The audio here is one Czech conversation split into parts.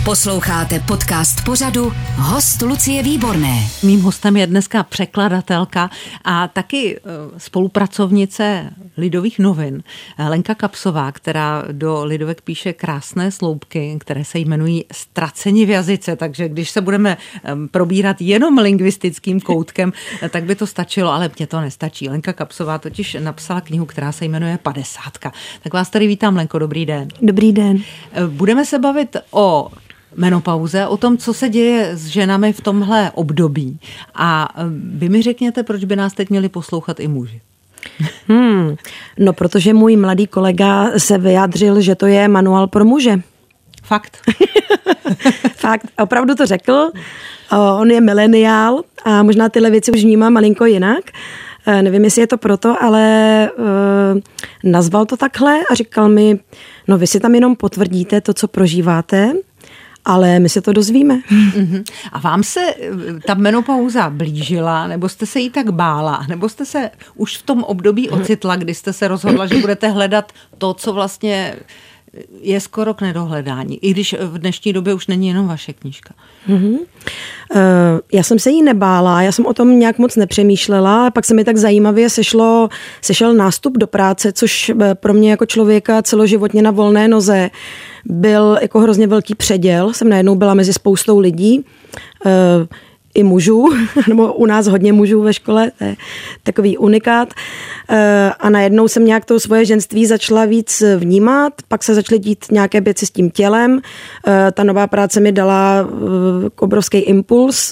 Posloucháte podcast pořadu Host Lucie Výborné. Mým hostem je dneska překladatelka a taky spolupracovnice Lidových novin Lenka Kapsová, která do Lidovek píše krásné sloupky, které se jmenují Ztraceni v jazyce, takže když se budeme probírat jenom lingvistickým koutkem, tak by to stačilo, ale mně to nestačí. Lenka Kapsová totiž napsala knihu, která se jmenuje 50. Tak vás tady vítám, Lenko, dobrý den. Dobrý den. Budeme se bavit o menopauze, o tom, co se děje s ženami v tomhle období. A vy mi řekněte, proč by nás teď měli poslouchat i muži. No, protože můj mladý kolega se vyjádřil, že to je manuál pro muže. Fakt. Fakt, opravdu to řekl. On je mileniál a možná tyhle věci už vnímá malinko jinak. Nevím, jestli je to proto, ale nazval to takhle a říkal mi, no vy si tam jenom potvrdíte to, co prožíváte, ale my se to dozvíme. A vám se ta menopauza blížila, nebo jste se jí tak bála, nebo jste se už v tom období ocitla, kdy jste se rozhodla, že budete hledat to, co vlastně je skoro k nedohledání, i když v dnešní době už není jenom vaše knížka. Já jsem se jí nebála, já jsem o tom nějak moc nepřemýšlela, pak se mi tak zajímavě sešel nástup do práce, což pro mě jako člověka celoživotně na volné noze byl jako hrozně velký předěl. Jsem najednou byla mezi spoustou lidí, i mužů, nebo u nás hodně mužů ve škole, to je takový unikát. A najednou jsem nějak to svoje ženství začala víc vnímat, pak se začaly dít nějaké věci s tím tělem. Ta nová práce mi dala obrovský impuls.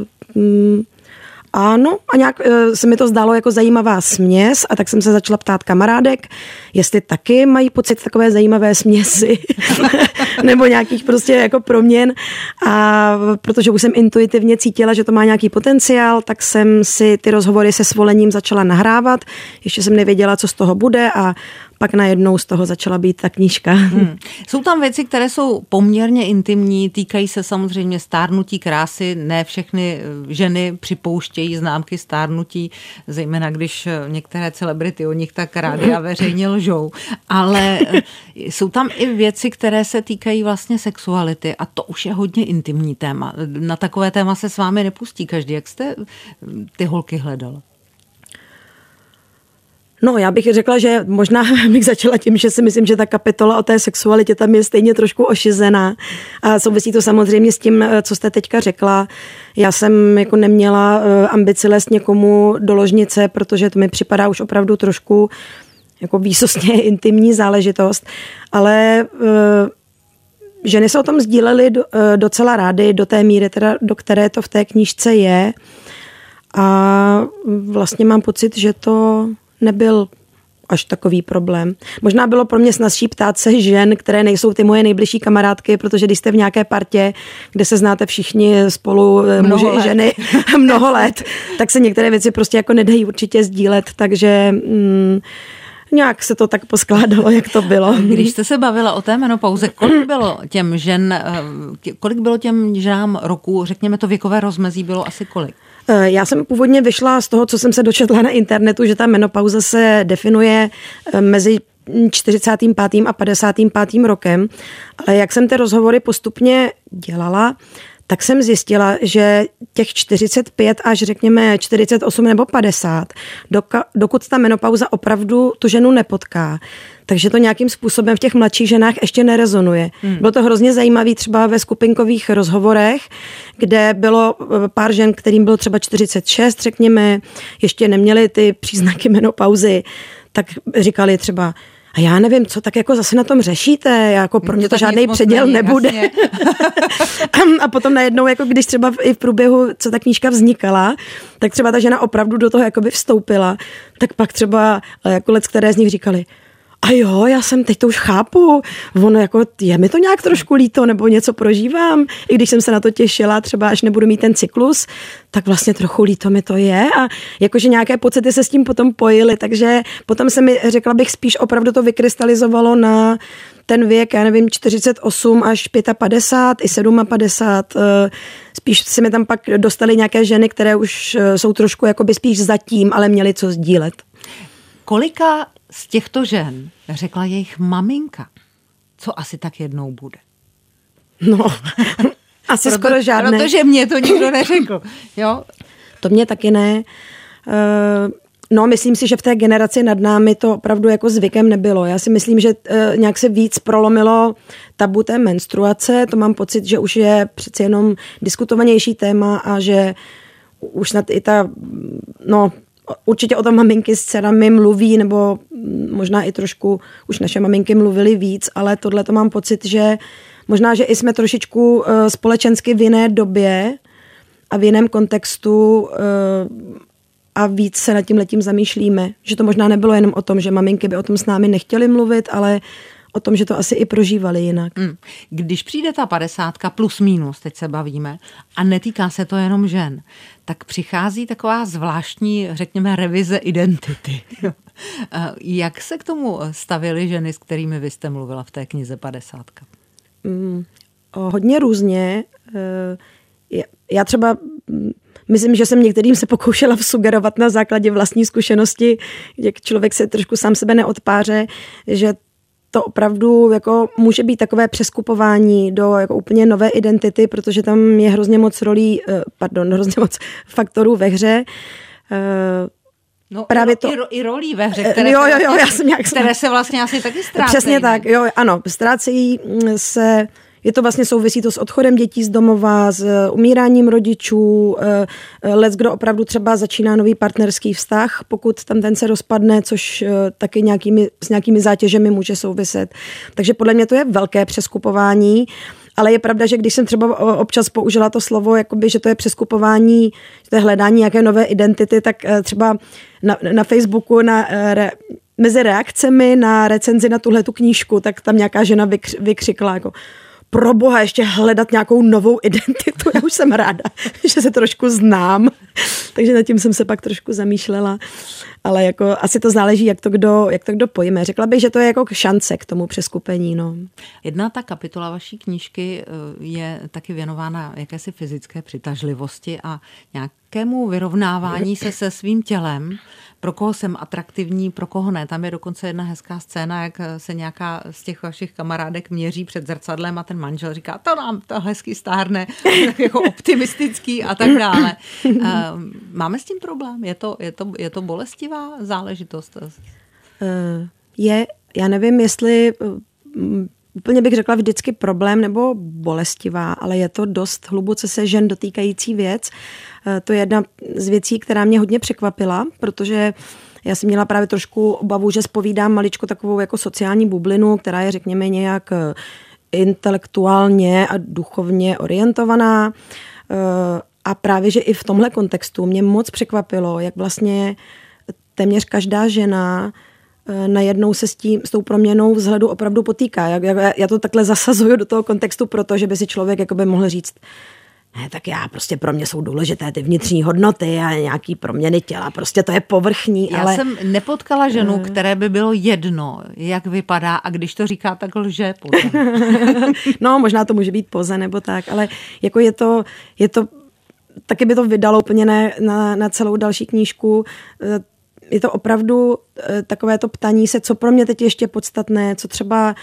Ano, a nějak se mi to zdálo jako zajímavá směs a tak jsem se začala ptát kamarádek, jestli taky mají pocit takové zajímavé směsi nebo nějakých prostě jako proměn. A protože už jsem intuitivně cítila, že to má nějaký potenciál, tak jsem si ty rozhovory se svolením začala nahrávat. Ještě jsem nevěděla, co z toho bude a pak najednou z toho začala být ta knížka. Jsou tam věci, které jsou poměrně intimní, týkají se samozřejmě stárnutí krásy. Ne všechny ženy připouštějí známky stárnutí, zejména když některé celebrity o nich tak rádi a veřejně lžou. Ale jsou tam i věci, které se týkají vlastně sexuality a to už je hodně intimní téma. Na takové téma se s vámi nepustí každý. Jak jste ty holky hledala? No, já bych řekla, že možná bych začala tím, že si myslím, že ta kapitola o té sexualitě tam je stejně trošku ošizená. A souvisí to samozřejmě s tím, co jste teďka řekla. Já jsem jako neměla ambici lézt někomu do ložnice, protože to mi připadá už opravdu trošku jako výsostně intimní záležitost. Ale ženy se o tom sdílely docela rády, do té míry, teda, do které to v té knížce je. A vlastně mám pocit, že to nebyl až takový problém. Možná bylo pro mě snazší ptát se žen, které nejsou ty moje nejbližší kamarádky, protože když jste v nějaké partě, kde se znáte všichni spolu, muži i ženy, mnoho let, tak se některé věci prostě jako nedají určitě sdílet, takže nějak se to tak poskládalo, jak to bylo. Když jste se bavila o té menopauze, kolik bylo těm ženám roku, řekněme to věkové rozmezí, bylo asi kolik? Já jsem původně vyšla z toho, co jsem se dočetla na internetu, že ta menopauza se definuje mezi 45. a 55. rokem. Ale jak jsem ty rozhovory postupně dělala, tak jsem zjistila, že těch 45 až řekněme 48 nebo 50, dokud ta menopauza opravdu tu ženu nepotká, takže to nějakým způsobem v těch mladších ženách ještě nerezonuje. Bylo to hrozně zajímavé třeba ve skupinkových rozhovorech, kde bylo pár žen, kterým bylo třeba 46, řekněme, ještě neměli ty příznaky menopauzy, tak říkali třeba, a já nevím, co tak jako zase na tom řešíte, jako pro mě to žádný předěl nebude. A potom najednou, jako když třeba i v průběhu, co ta knížka vznikala, tak třeba ta žena opravdu do toho jakoby vstoupila, tak pak třeba jako které z nich říkali, a jo, já jsem teď to už chápu, ono jako je mi to nějak trošku líto, nebo něco prožívám, i když jsem se na to těšila, třeba až nebudu mít ten cyklus, tak vlastně trochu líto mi to je a jakože nějaké pocity se s tím potom pojily, takže potom se mi, řekla bych, spíš opravdu to vykrystalizovalo na ten věk, já nevím, 48 až 55 i 57, spíš se mi tam pak dostaly nějaké ženy, které už jsou trošku jakoby spíš zatím, ale měly co sdílet. Kolika z těchto žen řekla jejich maminka, co asi tak jednou bude? No, asi skoro žádné. Protože mě to nikdo neřekl, jo? To mě taky ne. No, myslím si, že v té generaci nad námi to opravdu jako zvykem nebylo. Já si myslím, že nějak se víc prolomilo tabu té menstruace. To mám pocit, že už je přeci jenom diskutovanější téma a že už snad i určitě o tom maminky s dcerami mluví, nebo možná i trošku už naše maminky mluvily víc, ale tohle to mám pocit, že možná, že i jsme trošičku společensky v jiné době a v jiném kontextu a víc se nad tímhletím zamýšlíme. Že to možná nebylo jenom o tom, že maminky by o tom s námi nechtěly mluvit, ale o tom, že to asi i prožívali jinak. Když přijde ta 50 plus minus, teď se bavíme, a netýká se to jenom žen, tak přichází taková zvláštní, řekněme, revize identity. Jak se k tomu stavily ženy, s kterými vy jste mluvila v té knize 50? Hodně různě. Já třeba myslím, že jsem některým se pokoušela vsugerovat na základě vlastní zkušenosti, jak člověk se trošku sám sebe neodpáře, že to opravdu jako může být takové přeskupování do jako úplně nové identity, protože tam je hrozně moc hrozně moc faktorů ve hře. No právě i rolí ve hře, které se vlastně asi taky ztrácejí. Přesně tak, jo, ano, ztrácejí se. Je to vlastně souvisí to s odchodem dětí z domova, s umíráním rodičů, leckdo opravdu třeba začíná nový partnerský vztah, pokud tam ten se rozpadne, což taky s nějakými zátěžemi může souviset. Takže podle mě to je velké přeskupování, ale je pravda, že když jsem třeba občas použila to slovo, jakoby, že to je přeskupování, že to je hledání nějaké nové identity, tak třeba na Facebooku mezi reakcemi na recenzi na tuhletu knížku, tak tam nějaká žena vykřikla jako pro boha ještě hledat nějakou novou identitu. Já už jsem ráda, že se trošku znám. Takže nad tím jsem se pak trošku zamýšlela. Ale jako asi to záleží, jak to kdo pojme. Řekla bych, že to je jako šance k tomu přeskupení. No. Jedna ta kapitola vaší knížky je taky věnována jakési fyzické přitažlivosti a nějakému vyrovnávání se svým tělem. Pro koho jsem atraktivní, pro koho ne. Tam je dokonce jedna hezká scéna, jak se nějaká z těch vašich kamarádek měří před zrcadlem a ten manžel říká, to nám to hezky stárne, tak jako optimistický a tak dále. Máme s tím problém? Je to bolestivá záležitost? Já nevím, jestli úplně bych řekla vždycky problém nebo bolestivá, ale je to dost hluboce se žen dotýkající věc. To je jedna z věcí, která mě hodně překvapila, protože já jsem měla právě trošku obavu, že zpovídám maličko takovou jako sociální bublinu, která je, řekněme, nějak intelektuálně a duchovně orientovaná. A právě, že i v tomhle kontextu mě moc překvapilo, jak vlastně téměř každá žena najednou se s tou proměnou vzhledu opravdu potýká. Já to takhle zasazuju do toho kontextu, protože by si člověk jakoby mohl říct, ne, tak pro mě jsou důležité ty vnitřní hodnoty a nějaký proměny těla, prostě to je povrchní. Já jsem nepotkala ženu, které by bylo jedno, jak vypadá a když to říká, tak lže poza. No, možná to může být poza nebo tak, ale jako je to taky by to vydalo úplně na celou další knížku. Je to opravdu takové to ptání se, co pro mě teď ještě podstatné, co třeba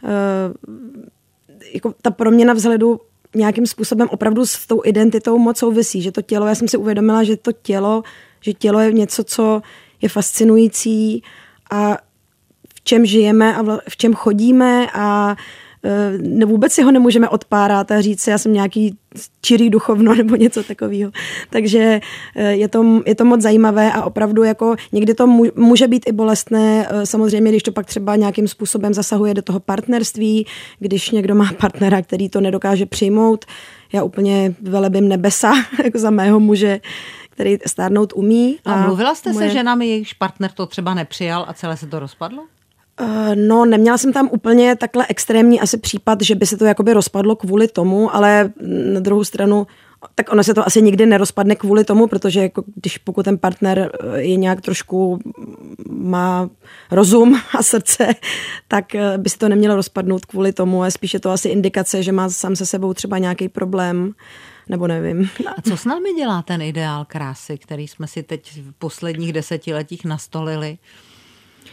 jako ta proměna vzhledu nějakým způsobem opravdu s tou identitou moc souvisí, že to tělo, já jsem si uvědomila, že tělo je něco, co je fascinující a v čem žijeme a v čem chodíme a vůbec si ho nemůžeme odpárat a říct si, já jsem nějaký čirý duchovno nebo něco takového. Takže je to moc zajímavé a opravdu jako někdy to může být i bolestné, samozřejmě, když to pak třeba nějakým způsobem zasahuje do toho partnerství, když někdo má partnera, který to nedokáže přijmout. Já úplně velebím nebesa jako za mého muže, který stárnout umí. A mluvila jste se ženami, jejichž partner to třeba nepřijal a celé se to rozpadlo? No, neměla jsem tam úplně takhle extrémní asi případ, že by se to jakoby rozpadlo kvůli tomu, ale na druhou stranu, tak ono se to asi nikdy nerozpadne kvůli tomu, protože jako pokud ten partner je nějak trošku má rozum a srdce, tak by se to nemělo rozpadnout kvůli tomu a spíš je to asi indikace, že má sám se sebou třeba nějaký problém, nebo nevím. A co s námi dělá ten ideál krásy, který jsme si teď v posledních desetiletích nastolili?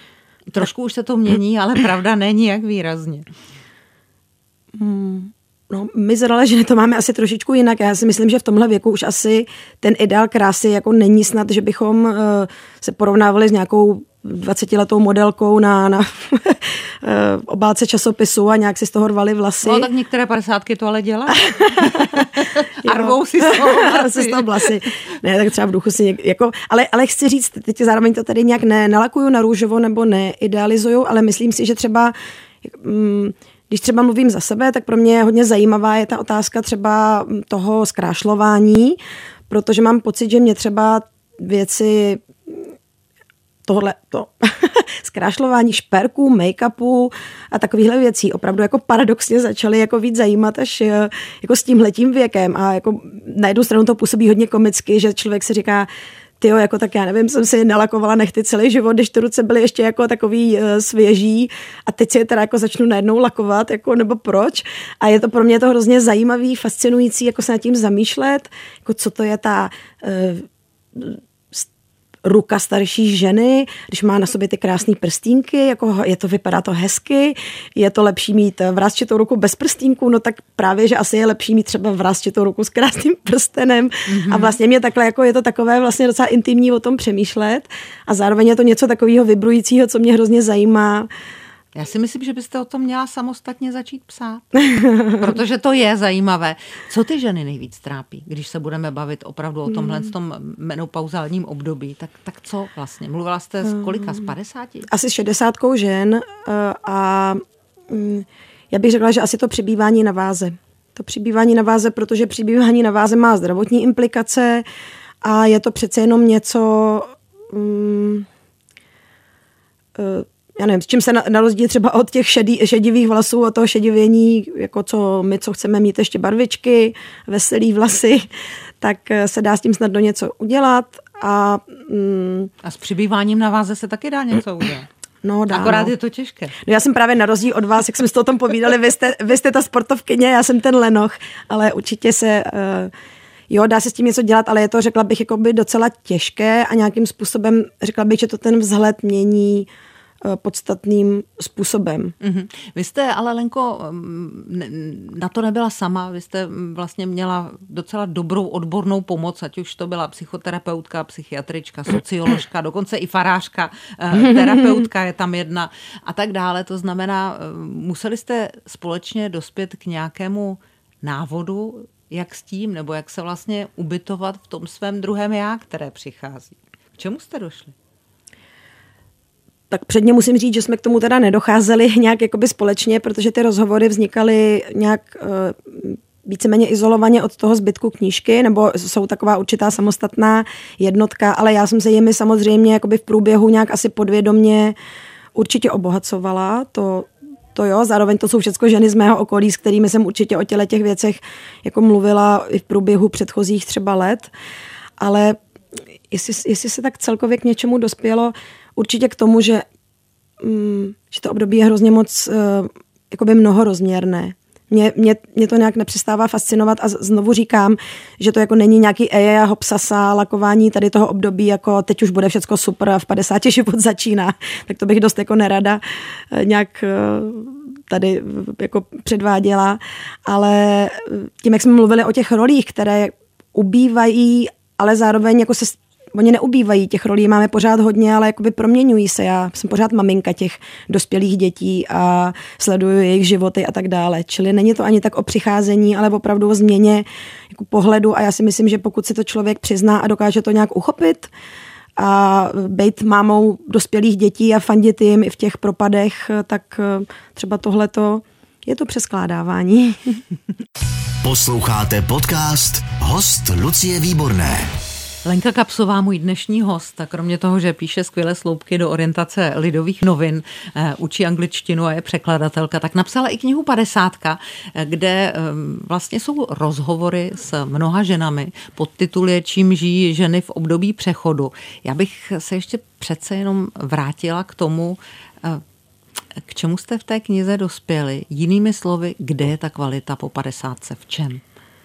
Trošku už se to mění, ale pravda není jak výrazně. No, my zralé ženy to máme asi trošičku jinak. Já si myslím, že v tomhle věku už asi ten ideál krásy jako není snad, že bychom se porovnávali s nějakou 20letou modelkou na obálce časopisu a nějak si z toho rvali vlasy. No tak některé 50ky to ale dělají. A rvou si z toho vlasy. Ne, tak třeba v duchu si jako, ale chci říct, teď zároveň to tady nějak nalakuju na růžovo nebo neidealizuju, ale myslím si, že třeba když třeba mluvím za sebe, tak pro mě hodně zajímavá je ta otázka třeba toho zkrášlování, protože mám pocit, že mě třeba věci zkrášlování šperků, make-upu a takovýchhle věcí opravdu jako paradoxně začaly jako víc zajímat až jako s tímhletím věkem a jako na jednu stranu to působí hodně komicky, že člověk si říká, tyjo, jako tak já nevím, jsem si nalakovala nechty celý život, když ty ruce byly ještě jako takový svěží a teď si je teda jako začnu najednou lakovat, jako nebo proč. A je to pro mě to hrozně zajímavý, fascinující, jako se nad tím zamýšlet, jako co to je ta ruka starší ženy, když má na sobě ty krásné prstínky, jako vypadá to hezky, je to lepší mít vrásčitou ruku bez prstínku, no tak právě, že asi je lepší mít třeba vrásčitou ruku s krásným prstenem a vlastně mě takhle, jako je to takové vlastně docela intimní o tom přemýšlet a zároveň je to něco takového vibrujícího, co mě hrozně zajímá. Já si myslím, že byste o tom měla samostatně začít psát, protože to je zajímavé. Co ty ženy nejvíc trápí, když se budeme bavit opravdu o tomhle tom menopauzálním období, tak co vlastně? Mluvila jste z kolika? Z 50? Asi 60 žen a já bych řekla, že asi to přibývání na váze. To přibývání na váze, protože přibývání na váze má zdravotní implikace a je to přece jenom něco... já nevím, s čím se na rozdíl třeba od těch šedivých vlasů, od toho šedivění, jako co chceme mít ještě barvičky, veselý vlasy, tak se dá s tím snadno něco udělat. A s přibýváním na váze se taky dá něco udělat. No, dá, akorát je to těžké. No já jsem právě na rozdíl od vás, jak jsme si to o tom povídali, vy jste ta sportovkyně, já jsem ten lenoch, ale určitě se... Jo, dá se s tím něco dělat, ale je to, řekla bych, jako by docela těžké a nějakým způsobem, řekla bych, že to ten vzhled mění podstatným způsobem. Mm-hmm. Vy jste, ale Lenko, na to nebyla sama, vy jste vlastně měla docela dobrou odbornou pomoc, ať už to byla psychoterapeutka, psychiatrička, socioložka, dokonce i farářka, terapeutka je tam jedna a tak dále. To znamená, museli jste společně dospět k nějakému návodu, jak s tím, nebo jak se vlastně ubytovat v tom svém druhém já, které přichází. K čemu jste došli? Tak předně musím říct, že jsme k tomu teda nedocházeli nějak jakoby společně, protože ty rozhovory vznikaly nějak víceméně izolovaně od toho zbytku knížky, nebo jsou taková určitá samostatná jednotka, ale já jsem se jimi samozřejmě jakoby v průběhu nějak asi podvědomě určitě obohacovala, to jo, zároveň to jsou všechno ženy z mého okolí, s kterými jsem určitě o těch věcech jako mluvila i v průběhu předchozích třeba let, ale jestli se tak celkově k něčemu dospělo, určitě k tomu, že to období je hrozně moc jakoby mnohorozměrné. Mě to nějak nepřestává fascinovat a znovu říkám, že to jako není nějaký eja hopsasa, lakování tady toho období, jako teď už bude všecko super a v 50 život začíná. Tak to bych dost jako nerada nějak tady jako předváděla. Ale tím, jak jsme mluvili o těch rolích, které ubývají, ale zároveň jako oni neubývají, těch rolí máme pořád hodně, ale jakoby proměňují se. Já jsem pořád maminka těch dospělých dětí a sleduju jejich životy a tak dále. Čili není to ani tak o přicházení, ale opravdu o změně jako pohledu a já si myslím, že pokud si to člověk přizná a dokáže to nějak uchopit a být mámou dospělých dětí a fandit jim i v těch propadech, tak třeba tohleto je to přeskládávání. Posloucháte podcast Host Lucie Výborné. Lenka Kapsová, můj dnešní host, a kromě toho, že píše skvělé sloupky do orientace Lidových novin, učí angličtinu a je překladatelka, tak napsala i knihu 50, kde vlastně jsou rozhovory s mnoha ženami. Podtitul je Čím žijí ženy v období přechodu. Já bych se ještě přece jenom vrátila k tomu, k čemu jste v té knize dospěli. Jinými slovy, kde je ta kvalita po 50, v čem?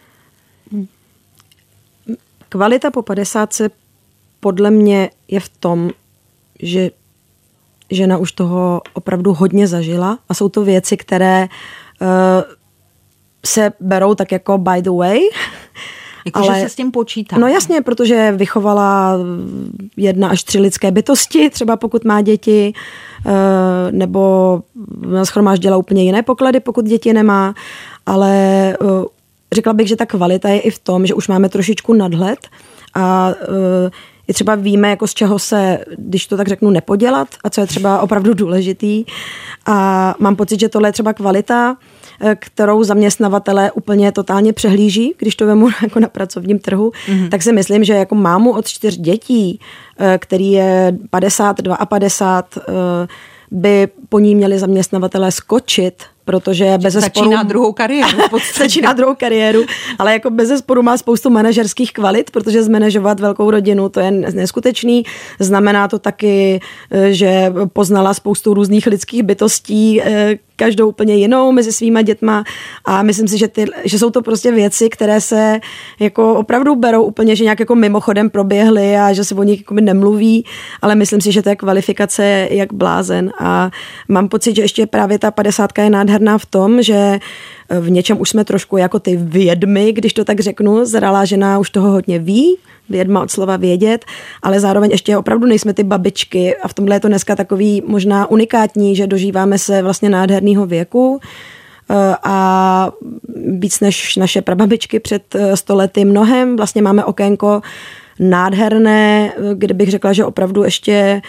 Kvalita po 50 podle mě je v tom, že žena už toho opravdu hodně zažila a jsou to věci, které se berou tak jako by the way. Jakože se s tím počítá. No jasně, protože vychovala 1 až 3 lidské bytosti, třeba pokud má děti, nebo shromáždila úplně jiné poklady, pokud děti nemá, ale řekla bych, že ta kvalita je i v tom, že už máme trošičku nadhled a i třeba víme, jako z čeho se, když to tak řeknu, nepodělat a co je třeba opravdu důležitý. A mám pocit, že tohle je třeba kvalita, kterou zaměstnavatelé úplně totálně přehlíží, když to vemu jako na pracovním trhu, tak si myslím, že jako mámu od 4 dětí, který je 52 a 50, by po ní měli zaměstnavatelé skočit, protože bezesporu... Začíná druhou kariéru. Začíná druhou kariéru, ale jako bezesporu má spoustu manažerských kvalit, protože zmanažovat velkou rodinu, to je neskutečný. Znamená to taky, že poznala spoustu různých lidských bytostí, každou úplně jinou mezi svýma dětma a myslím si, že jsou to prostě věci, které se jako opravdu berou úplně, že nějak jako mimochodem proběhly a že se o nich jako nemluví, ale myslím si, že to je kvalifikace jak blázen a mám pocit, že ještě právě ta 50 je nádherná v tom, že v něčem už jsme trošku jako ty vědmy, když to tak řeknu, zralá žena už toho hodně ví, vědma od slova vědět, ale zároveň ještě opravdu nejsme ty babičky a v tomhle je to dneska takový možná unikátní, že dožíváme se vlastně nádherného věku a víc než naše prababičky před 100 lety mnohem. Vlastně máme okénko nádherné, kde bych řekla, že opravdu ještě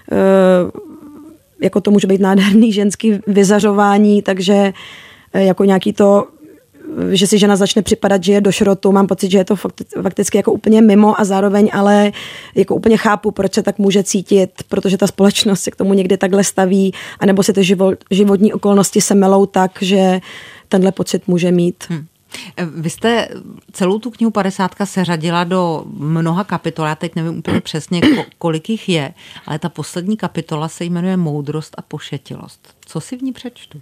jako to může být nádherný ženský vyzařování, takže jako nějaký to, že si žena začne připadat, že je do šrotu. Mám pocit, že je to fakticky jako úplně mimo a zároveň ale jako úplně chápu, proč se tak může cítit, protože ta společnost se k tomu někdy takhle staví, anebo si ty životní okolnosti se melou tak, že tenhle pocit může mít. Vy jste celou tu knihu 50 seřadila do mnoha kapitol, já teď nevím úplně přesně, kolik jich je, ale ta poslední kapitola se jmenuje Moudrost a pošetilost. Co si v ní přečtu?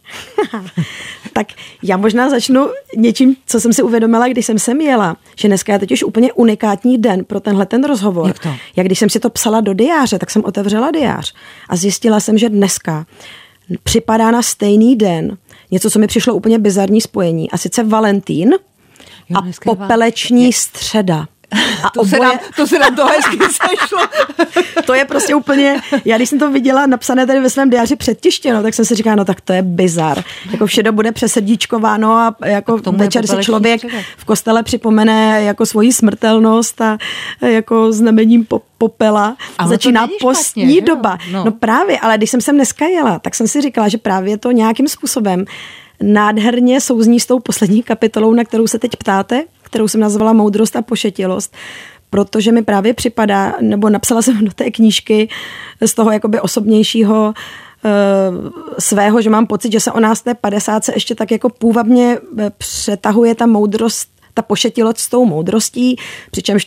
Tak já možná začnu něčím, co jsem si uvědomila, když jsem sem jela, že dneska je totiž úplně unikátní den pro tenhle ten rozhovor. Jak to? Jak když jsem si to psala do diáře, tak jsem otevřela diář a zjistila jsem, že dneska připadá na stejný den něco, co mi přišlo úplně bizarní spojení, a sice Valentín a popeleční středa. A to se nám to hezky sešlo. To je prostě úplně, já když jsem to viděla napsané tady ve svém diáři předtištěno, tak jsem si říkala, no tak to je bizar. Jako všechno bude přesrdíčkováno a jako večer si člověk v kostele připomene jako svoji smrtelnost a jako znamením popela. Ale začíná postní špatně, doba. No právě, ale když jsem sem dneska jela, tak jsem si říkala, že právě to nějakým způsobem nádherně souzní s tou poslední kapitolou, na kterou se teď ptáte, kterou jsem nazvala Moudrost a pošetilost, protože mi právě připadá, nebo napsala jsem do té knížky z toho jakoby osobnějšího svého, že mám pocit, že se o nás té 50 ještě tak jako půvabně přetahuje ta moudrost, ta pošetilost s tou moudrostí, přičemž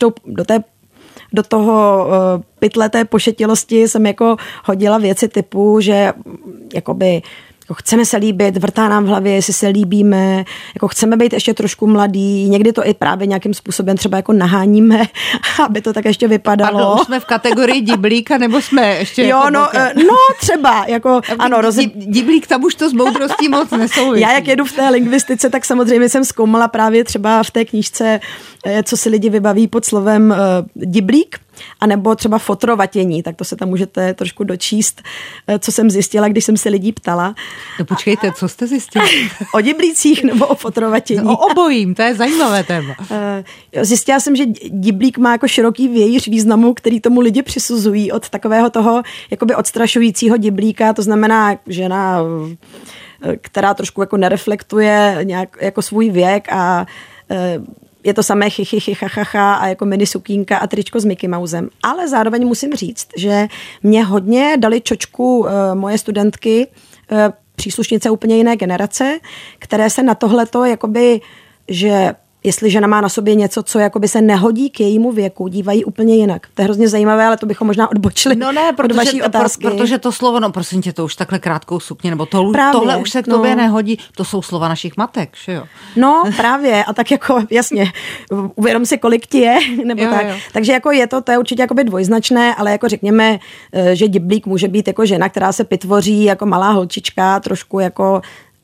do toho pytle té pošetilosti jsem jako hodila věci typu, že jakoby chceme se líbit, vrtá nám v hlavě, jestli se líbíme, jako chceme být ještě trošku mladý, někdy to i právě nějakým způsobem třeba jako naháníme, aby to tak ještě vypadalo. Pardon, už jsme v kategorii diblíka, nebo jsme ještě... Jo, jako no třeba, jako ano. Diblík, tam už to s moudrostí moc nesouvisí. Já jak jedu v té lingvistice, tak samozřejmě jsem zkoumala právě třeba v té knížce, co si lidi vybaví pod slovem diblík, anebo třeba fotrovatění, tak to se tam můžete trošku dočíst, co jsem zjistila, když jsem se lidí ptala. No počkejte, co jste zjistili? O diblících nebo o fotrovatění? O obojím, to je zajímavé téma. Zjistila jsem, že diblík má jako široký vějíř významu, který tomu lidi přisuzují od takového toho jakoby odstrašujícího diblíka, to znamená žena, která trošku jako nereflektuje nějak jako svůj věk a je to samé chichy, chachacha a jako mini sukínka a tričko s Mickey Mousem. Ale zároveň musím říct, že mě hodně dali čočku moje studentky, příslušnice úplně jiné generace, které se na tohleto jakoby, že jestli žena má na sobě něco, co jakoby se nehodí k jejímu věku, dívají úplně jinak. To je hrozně zajímavé, ale to bychom možná odbočili od vaší otázky. Protože to slovo, no prosím tě, to už takhle krátkou sukně, nebo tohle už se k tobě nehodí, to jsou slova našich matek, že jo? No právě, a tak jako jasně, uvědom si, kolik ti je, nebo jo, tak. Jo. Takže jako je to je určitě jakoby dvojznačné, ale jako řekněme, že diblík může být jako žena, která se pitvoří jako malá holčička, trošku jako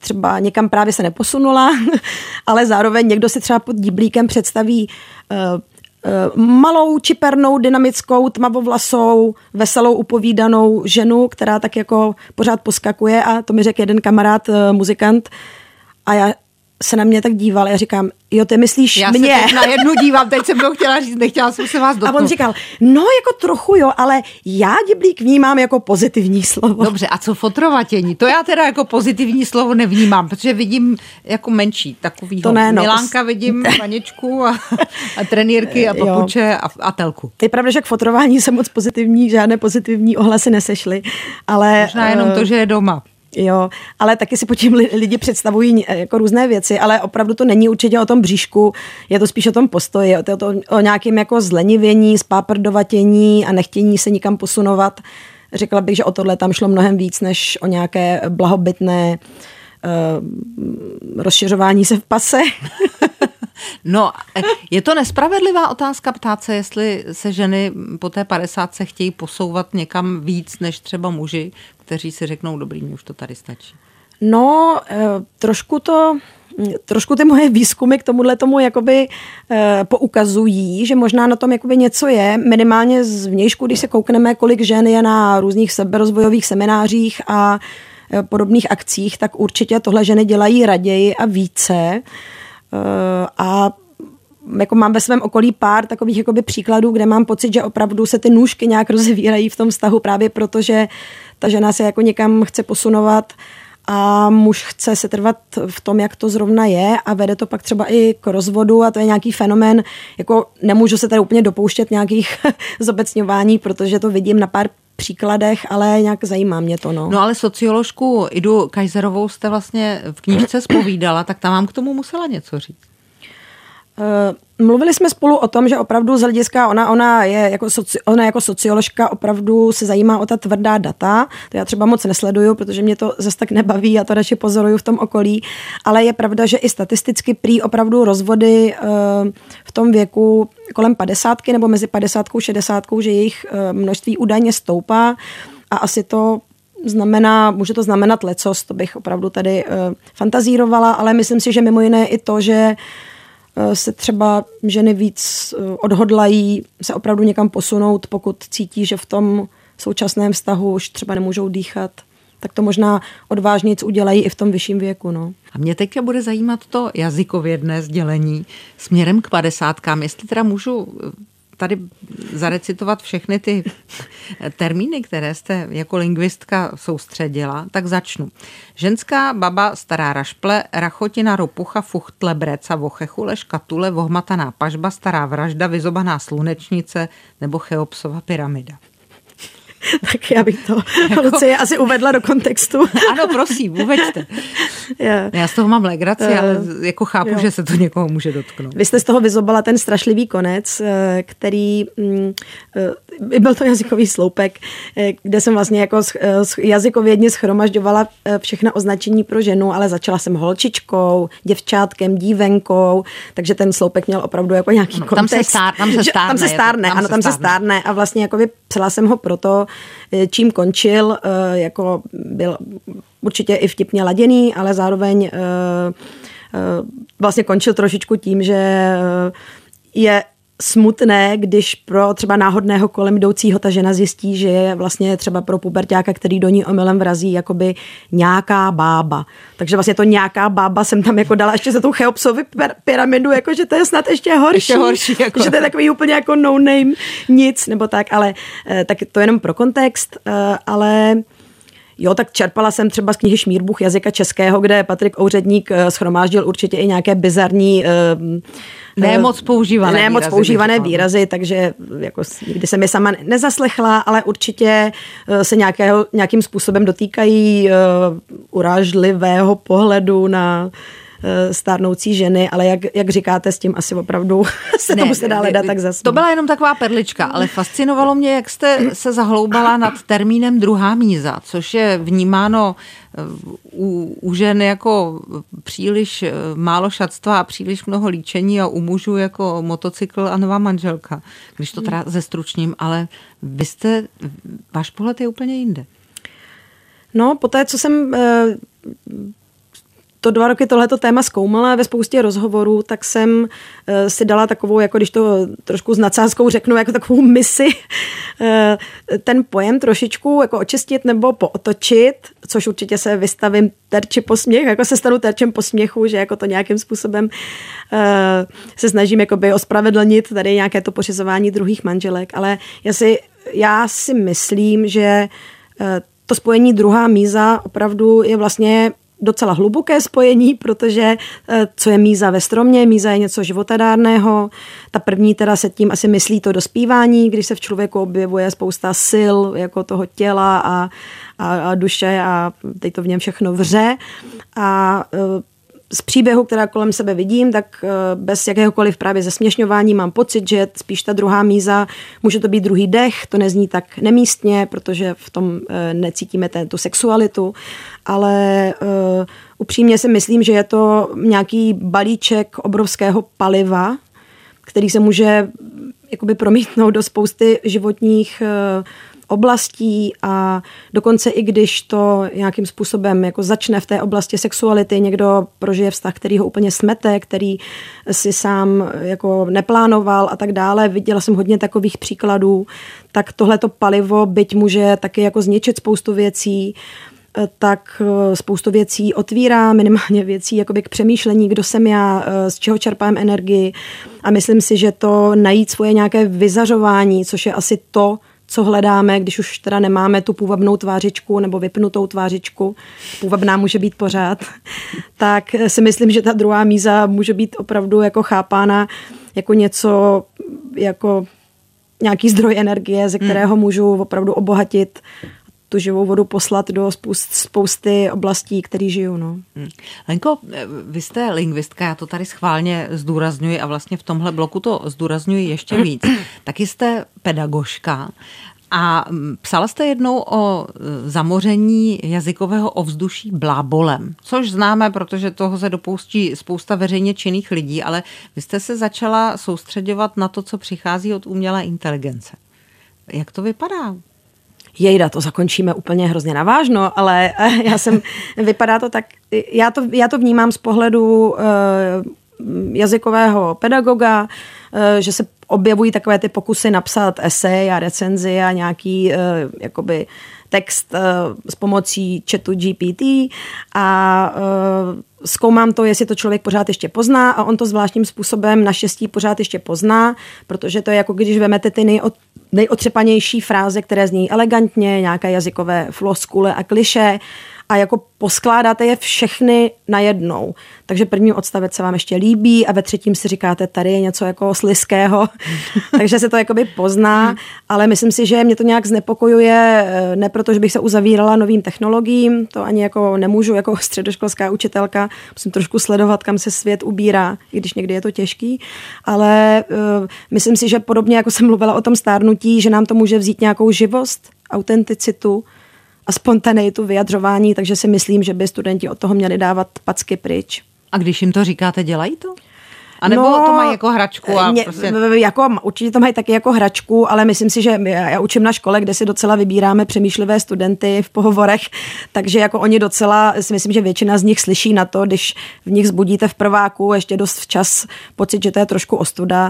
třeba někam právě se neposunula, ale zároveň někdo si třeba pod dýblíkem představí malou, čipernou, dynamickou, tmavovlasou, veselou, upovídanou ženu, která tak jako pořád poskakuje a to mi řekl jeden kamarád, muzikant a já se na mě tak díval a já říkám, jo, ty myslíš já mě? Já se teď na jednu dívám, teď jsem to chtěla říct, nechtěla jsem se vás dotknout. A on říkal, no jako trochu jo, ale já dýblík vnímám jako pozitivní slovo. Dobře, a co fotrovatění? To já teda jako pozitivní slovo nevnímám, protože vidím jako menší takovýho. Milánka vidím, Vaničku a trenýrky a papuče a telku. To je pravda, že k fotrování se moc žádné pozitivní ohlasy nesešly, ale... Možná jenom to, že je doma. Jo, ale taky si pod tím lidi představují jako různé věci, ale opravdu to není určitě o tom bříšku, je to spíš o tom postoji, je to o nějakém jako zlenivění, spáprdovatění a nechtění se nikam posunovat. Řekla bych, že o tohle tam šlo mnohem víc, než o nějaké blahobytné rozšiřování se v pase. No, je to nespravedlivá otázka ptát se, jestli se ženy po té 50 se chtějí posouvat někam víc než třeba muži, kteří si řeknou, dobrý, mě už to tady stačí. No, trošku ty moje výzkumy k tomuhle tomu jakoby poukazují, že možná na tom jakoby něco je, minimálně zvnějšku, když se koukneme, kolik žen je na různých seberozvojových seminářích a podobných akcích, tak určitě tohle ženy dělají raději a více. A jako mám ve svém okolí pár takových jakoby příkladů, kde mám pocit, že opravdu se ty nůžky nějak rozevírají v tom vztahu právě protože ta žena se jako někam chce posunovat a muž chce se trvat v tom, jak to zrovna je a vede to pak třeba i k rozvodu a to je nějaký fenomén, jako nemůžu se tady úplně dopouštět nějakých zobecňování, protože to vidím na pár příkladech, ale nějak zajímá mě to. No ale socioložku Idu Kajzerovou jste vlastně v knížce zpovídala, tak tam vám k tomu musela něco říct. Mluvili jsme spolu o tom, že opravdu z hlediska, ona jako socioložka opravdu se zajímá o ta tvrdá data. To já třeba moc nesleduju, protože mě to zase tak nebaví, já to radši pozoruju v tom okolí, ale je pravda, že i statisticky prý opravdu rozvody v tom věku kolem 50 nebo mezi 50 a 60, že jejich množství údajně stoupá a asi to může to znamenat lecos, to bych opravdu tady fantazírovala, ale myslím si, že mimo jiné i to, že se třeba ženy víc odhodlají se opravdu někam posunout, pokud cítí, že v tom současném vztahu už třeba nemůžou dýchat, tak to možná odvážnějc udělají i v tom vyšším věku. No. A mě teďka bude zajímat to jazykovědné sdělení směrem k 50kám, jestli teda můžu tady zarecitovat všechny ty termíny, které jste jako lingvistka soustředila, tak začnu. Ženská baba, stará rašple, rachotina, ropucha, fuchtle, breca, vochechule, škatule, vohmataná pažba, stará vražda, vyzobaná slunečnice nebo Cheopsova pyramida. Tak já bych to, Lucie, asi uvedla do kontextu. Ano, prosím, uveďte. Já z toho mám legraci, ale jako chápu, že se to někoho může dotknout. Vy jste z toho vyzobala ten strašlivý konec, který byl to jazykový sloupek, kde jsem vlastně jako jazykovědně shromažďovala všechna označení pro ženu, ale začala jsem holčičkou, děvčátkem, dívenkou, takže ten sloupek měl opravdu jako nějaký kontext. Tam se stárne a vlastně jako psala jsem ho proto, čím končil, jako byl určitě i vtipně laděný, ale zároveň vlastně končil trošičku tím, že je smutné, když pro třeba náhodného kolem jdoucího ta žena zjistí, že je vlastně třeba pro puberťáka, který do ní omylem vrazí, jakoby nějaká bába. Takže vlastně to nějaká bába jsem tam jako dala ještě za tu Cheopsovu pyramidu, jakože to je snad ještě horší jako. Že to je takový úplně jako no name nic, nebo tak, ale tak to jenom pro kontext, ale jo, tak čerpala jsem třeba z knihy Šmírbuch jazyka českého, kde Patrik Ouředník shromáždil určitě i nějaké bizarní nemoc používané výrazy, takže jako nikdy jsem je sama nezaslechla, ale určitě se nějakým způsobem dotýkají urážlivého pohledu na stárnoucí ženy, ale jak říkáte, s tím asi opravdu se tomu se dá hledat tak zase. To byla jenom taková perlička, ale fascinovalo mě, jak jste se zahloubala nad termínem druhá míza, což je vnímáno u žen jako příliš málo šatstva a příliš mnoho líčení a u mužů jako motocykl a nová manželka. Když to teda zestručním, ale váš pohled je úplně jinde. No, po té, co jsem 2 roky tohleto téma zkoumala ve spoustě rozhovorů, tak jsem si dala takovou, jako když to trošku s nadsázkou řeknu, jako takovou misi, ten pojem trošičku jako očistit nebo pootočit, což určitě se vystavím terči posměch, jako se stanu terčem posměchu, že jako to nějakým způsobem se snažím jakoby ospravedlnit tady nějaké to pořizování druhých manželek, ale já si myslím, že to spojení druhá míza opravdu je vlastně docela hluboké spojení, protože co je míza ve stromě, míza je něco životadárného. Ta první teda se tím asi myslí to dospívání, když se v člověku objevuje spousta sil jako toho těla a duše a teď to v něm všechno vře. A z příběhu, která kolem sebe vidím, tak bez jakéhokoliv právě zesměšňování mám pocit, že spíš ta druhá míza, může to být druhý dech, to nezní tak nemístně, protože v tom necítíme tu sexualitu, ale upřímně si myslím, že je to nějaký balíček obrovského paliva, který se může jakoby promítnout do spousty životních oblastí a dokonce i když to nějakým způsobem jako začne v té oblasti sexuality, někdo prožije vztah, který ho úplně smete, který si sám jako neplánoval a tak dále. Viděla jsem hodně takových příkladů, tak tohleto palivo byť může taky jako zničit spoustu věcí, tak spoustu věcí otvírá, minimálně věcí jakoby k přemýšlení, kdo jsem já, z čeho čerpám energii a myslím si, že to najít svoje nějaké vyzařování, což je asi to, co hledáme, když už teda nemáme tu půvabnou tvářičku nebo vypnutou tvářičku, půvabná může být pořád, tak si myslím, že ta druhá míza může být opravdu jako chápána jako něco, jako nějaký zdroj energie, ze kterého můžu opravdu obohatit tu živou vodu poslat do spousty oblastí, které žiju. No. Lenko, vy jste lingvistka, já to tady schválně zdůrazňuji a vlastně v tomhle bloku to zdůrazňuji ještě víc. Taky jste pedagožka a psala jste jednou o zamoření jazykového ovzduší blábolem, což známe, protože toho se dopouští spousta veřejně činných lidí, ale vy jste se začala soustředovat na to, co přichází od umělé inteligence. Jak to vypadá? Jejda, to zakončíme úplně hrozně navážno, ale vypadá to tak, já to vnímám z pohledu jazykového pedagoga, že se objevují takové ty pokusy napsat esej a recenzi a nějaký jakoby text s pomocí chatu GPT a zkoumám to, jestli to člověk pořád ještě pozná a on to zvláštním způsobem naštěstí pořád ještě pozná, protože to je jako když vemete ty nejotřepanější fráze, které zní elegantně, nějaké jazykové floskule a klišé a jako poskládáte je všechny najednou. Takže první odstavec se vám ještě líbí a ve třetím si říkáte, tady je něco jako slizkého, takže se to jakoby pozná, ale myslím si, že mě to nějak znepokojuje, ne proto, že bych se uzavírala novým technologiím, to ani jako nemůžu jako středoškolská učitelka, musím trošku sledovat, kam se svět ubírá, i když někdy je to těžký, ale myslím si, že podobně jako jsem mluvila o tom stárnutí, že nám to může vzít nějakou živost, autenticitu, a spontaneitu vyjadřování, takže si myslím, že by studenti od toho měli dávat packy pryč. A když jim to říkáte, dělají to? A nebo to mají jako hračku? A prostě... určitě to mají taky jako hračku, ale myslím si, že já učím na škole, kde si docela vybíráme přemýšlivé studenty v pohovorech, takže jako oni docela, si myslím, že většina z nich slyší na to, když v nich zbudíte v prváku ještě dost včas pocit, že to je trošku ostuda,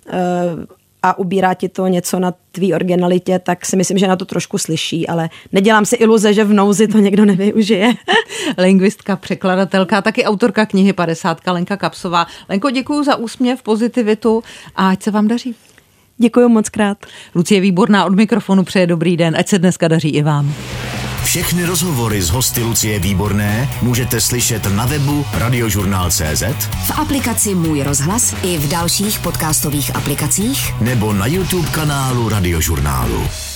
a ubírá ti to něco na tvý originalitě, tak si myslím, že na to trošku slyší, ale nedělám si iluze, že v nouzi to někdo nevyužije. Lingvistka, překladatelka, taky autorka knihy 50, Lenka Kapsová. Lenko, děkuju za úsměv, pozitivitu a ať se vám daří. Děkuju moc krát. Lucie Výborná od mikrofonu přeje dobrý den, ať se dneska daří i vám. Všechny rozhovory s hosty Lucie Výborné můžete slyšet na webu Radiožurnál.cz, v aplikaci Můj rozhlas i v dalších podcastových aplikacích nebo na YouTube kanálu Radiožurnálu.